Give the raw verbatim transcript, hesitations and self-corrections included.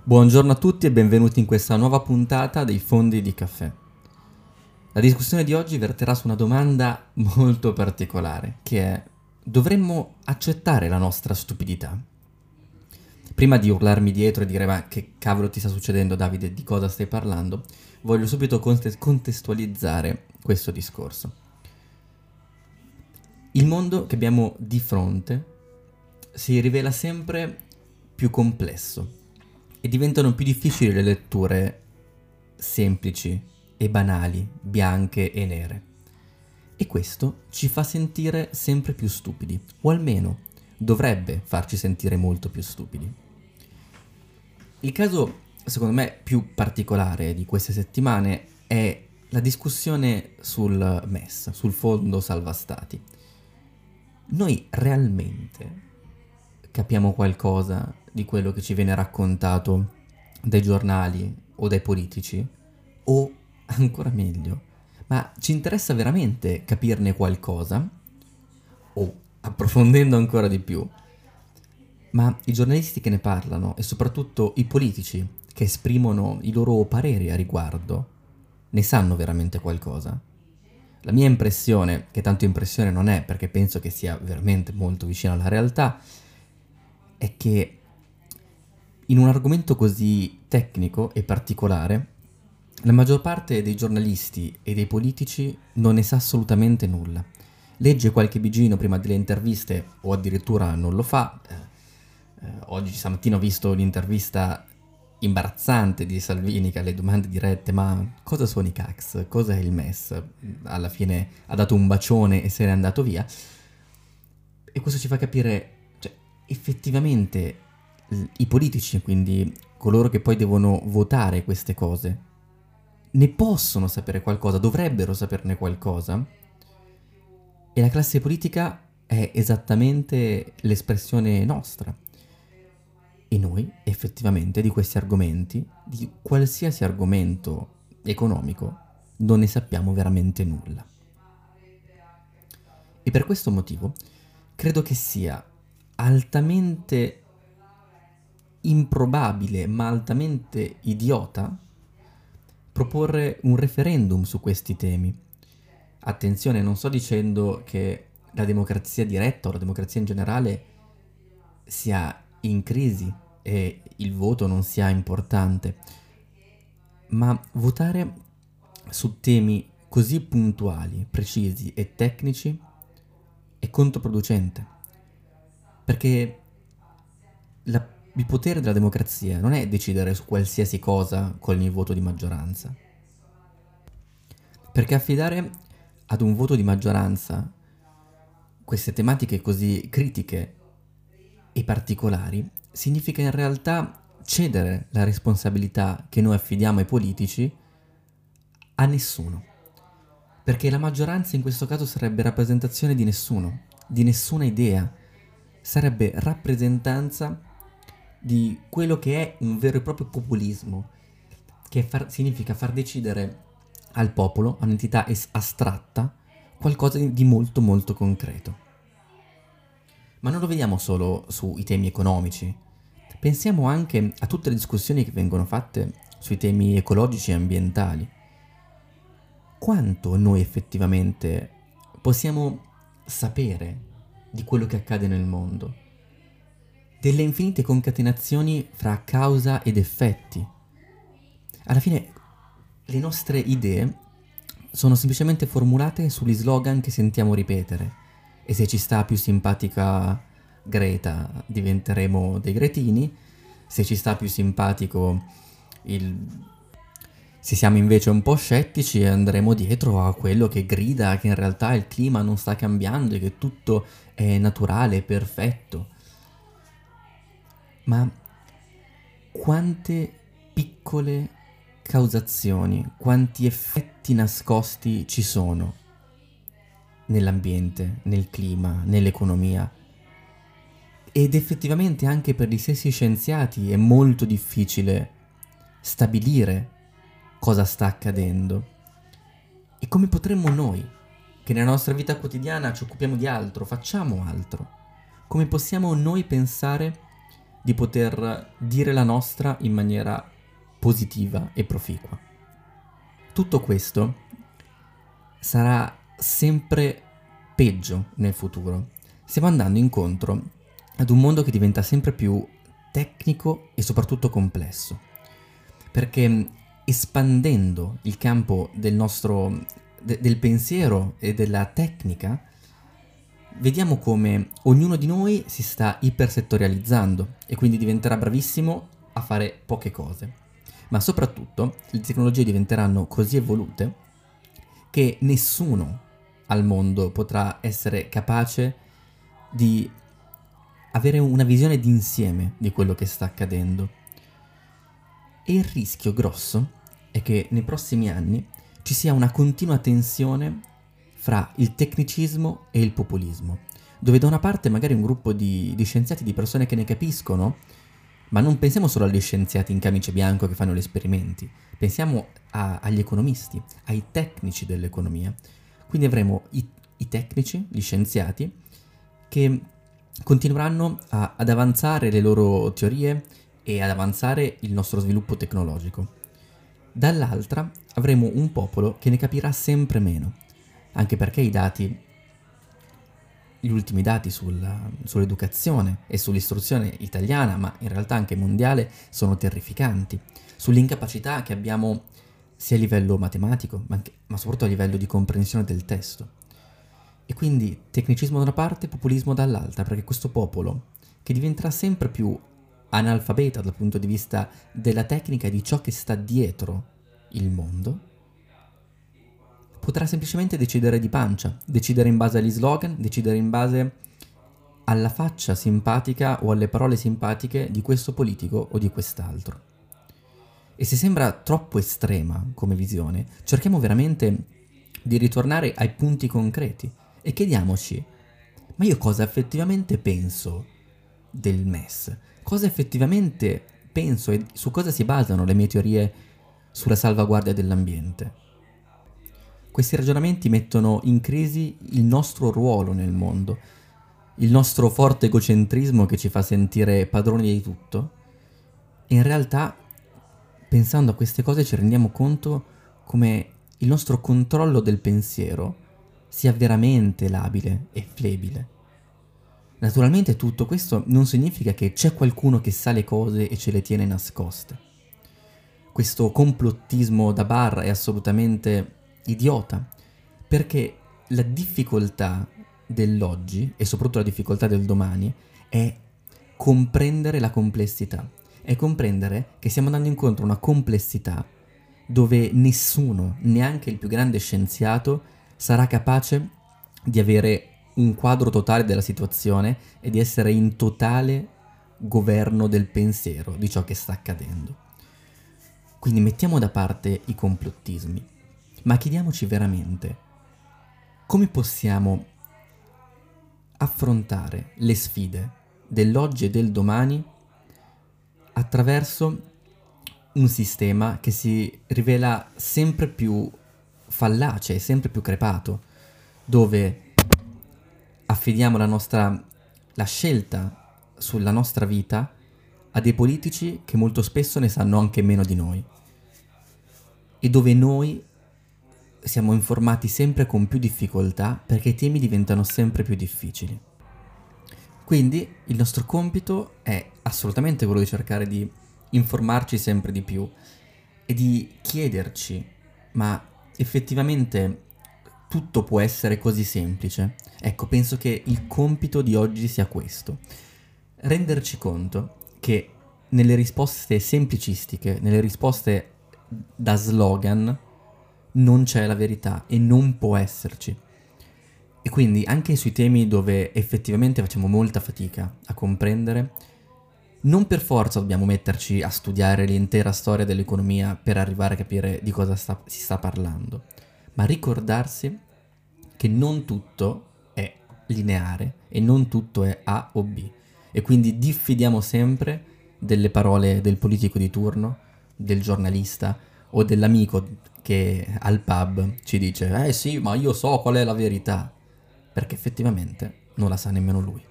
Buongiorno a tutti e benvenuti in questa nuova puntata dei Fondi di Caffè. La discussione di oggi verterà su una domanda molto particolare, che è: dovremmo accettare la nostra stupidità? Prima di urlarmi dietro e dire ma che cavolo ti sta succedendo, Davide, di cosa stai parlando, voglio subito conte- contestualizzare questo discorso. Il mondo che abbiamo di fronte si rivela sempre più complesso e diventano più difficili le letture semplici e banali, bianche e nere. E questo ci fa sentire sempre più stupidi, o almeno dovrebbe farci sentire molto più stupidi. Il caso, secondo me, più particolare di queste settimane è la discussione sul M E S, sul Fondo Salva Stati. Noi realmente capiamo qualcosa di quello che ci viene raccontato dai giornali o dai politici? O, ancora meglio, ma ci interessa veramente capirne qualcosa? O, approfondendo ancora di più, ma i giornalisti che ne parlano e soprattutto i politici che esprimono i loro pareri a riguardo, ne sanno veramente qualcosa? La mia impressione, che tanto impressione non è perché penso che sia veramente molto vicino alla realtà, è che in un argomento così tecnico e particolare, la maggior parte dei giornalisti e dei politici non ne sa assolutamente nulla. Legge qualche bigino prima delle interviste o addirittura non lo fa. Eh, eh, oggi stamattina ho visto l'intervista imbarazzante di Salvini che alle domande dirette: ma cosa sono i C A Cs? Cos'è il M E S? Alla fine ha dato un bacione e se n'è andato via. E questo ci fa capire, cioè, effettivamente i politici, quindi coloro che poi devono votare queste cose, ne possono sapere qualcosa, dovrebbero saperne qualcosa, e la classe politica è esattamente l'espressione nostra. E noi, effettivamente, di questi argomenti, di qualsiasi argomento economico, non ne sappiamo veramente nulla. E per questo motivo, credo che sia altamente improbabile, ma altamente idiota, proporre un referendum su questi temi. Attenzione, non sto dicendo che la democrazia diretta o la democrazia in generale sia in crisi e il voto non sia importante, ma votare su temi così puntuali, precisi e tecnici è controproducente, perché la, il potere della democrazia non è decidere su qualsiasi cosa con il voto di maggioranza, perché affidare ad un voto di maggioranza queste tematiche così critiche e particolari significa in realtà cedere la responsabilità che noi affidiamo ai politici a nessuno, perché la maggioranza in questo caso sarebbe rappresentazione di nessuno, di nessuna idea, sarebbe rappresentanza di quello che è un vero e proprio populismo, che far, significa far decidere al popolo, a un'entità es- astratta, qualcosa di, di molto molto concreto. Ma non lo vediamo solo sui temi economici, pensiamo anche a tutte le discussioni che vengono fatte sui temi ecologici e ambientali. Quanto noi effettivamente possiamo sapere di quello che accade nel mondo? Delle infinite concatenazioni fra causa ed effetti. Alla fine le nostre idee sono semplicemente formulate sugli slogan che sentiamo ripetere, e se ci sta più simpatica Greta diventeremo dei gretini, se ci sta più simpatico il... se siamo invece un po' scettici andremo dietro a quello che grida che in realtà il clima non sta cambiando e che tutto è naturale e perfetto. Ma quante piccole causazioni, quanti effetti nascosti ci sono nell'ambiente, nel clima, nell'economia. Ed effettivamente anche per gli stessi scienziati è molto difficile stabilire cosa sta accadendo. E come potremmo noi, che nella nostra vita quotidiana ci occupiamo di altro, facciamo altro, come possiamo noi pensare di poter dire la nostra in maniera positiva e proficua. Tutto questo sarà sempre peggio nel futuro. Stiamo andando incontro ad un mondo che diventa sempre più tecnico e soprattutto complesso, perché espandendo il campo del nostro de- del pensiero e della tecnica, vediamo come ognuno di noi si sta ipersettorializzando e quindi diventerà bravissimo a fare poche cose. Ma soprattutto le tecnologie diventeranno così evolute che nessuno al mondo potrà essere capace di avere una visione d'insieme di quello che sta accadendo. E il rischio grosso è che nei prossimi anni ci sia una continua tensione fra il tecnicismo e il populismo, dove da una parte magari un gruppo di, di scienziati, di persone che ne capiscono, ma non pensiamo solo agli scienziati in camice bianco che fanno gli esperimenti, pensiamo a, agli economisti, ai tecnici dell'economia. Quindi avremo i, i tecnici, gli scienziati, che continueranno a, ad avanzare le loro teorie e ad avanzare il nostro sviluppo tecnologico. Dall'altra avremo un popolo che ne capirà sempre meno, anche perché i dati, gli ultimi dati sulla, sull'educazione e sull'istruzione italiana, ma in realtà anche mondiale, sono terrificanti, sull'incapacità che abbiamo sia a livello matematico, ma, anche, ma soprattutto a livello di comprensione del testo. E quindi tecnicismo da una parte, populismo dall'altra, perché questo popolo, che diventerà sempre più analfabeta dal punto di vista della tecnica e di ciò che sta dietro il mondo, potrà semplicemente decidere di pancia, decidere in base agli slogan, decidere in base alla faccia simpatica o alle parole simpatiche di questo politico o di quest'altro. E se sembra troppo estrema come visione, cerchiamo veramente di ritornare ai punti concreti e chiediamoci: ma io cosa effettivamente penso del M E S? Cosa effettivamente penso e su cosa si basano le mie teorie sulla salvaguardia dell'ambiente? Questi ragionamenti mettono in crisi il nostro ruolo nel mondo, il nostro forte egocentrismo che ci fa sentire padroni di tutto, e in realtà, pensando a queste cose, ci rendiamo conto come il nostro controllo del pensiero sia veramente labile e flebile. Naturalmente tutto questo non significa che c'è qualcuno che sa le cose e ce le tiene nascoste. Questo complottismo da bar è assolutamente idiota, perché la difficoltà dell'oggi e soprattutto la difficoltà del domani è comprendere la complessità, è comprendere che stiamo andando incontro a una complessità dove nessuno, neanche il più grande scienziato, sarà capace di avere un quadro totale della situazione e di essere in totale governo del pensiero di ciò che sta accadendo. Quindi mettiamo da parte i complottismi, ma chiediamoci veramente come possiamo affrontare le sfide dell'oggi e del domani attraverso un sistema che si rivela sempre più fallace e sempre più crepato, dove affidiamo la nostra la scelta sulla nostra vita a dei politici che molto spesso ne sanno anche meno di noi e dove noi siamo informati sempre con più difficoltà perché i temi diventano sempre più difficili. Quindi il nostro compito è assolutamente quello di cercare di informarci sempre di più e di chiederci: ma effettivamente tutto può essere così semplice? Ecco, penso che il compito di oggi sia questo: renderci conto che nelle risposte semplicistiche, nelle risposte da slogan, non c'è la verità e non può esserci. E quindi anche sui temi dove effettivamente facciamo molta fatica a comprendere, non per forza dobbiamo metterci a studiare l'intera storia dell'economia per arrivare a capire di cosa sta, si sta parlando, ma ricordarsi che non tutto è lineare e non tutto è A o B, e quindi diffidiamo sempre delle parole del politico di turno, del giornalista o dell'amico che al pub ci dice: eh sì, ma io so qual è la verità, perché effettivamente non la sa nemmeno lui.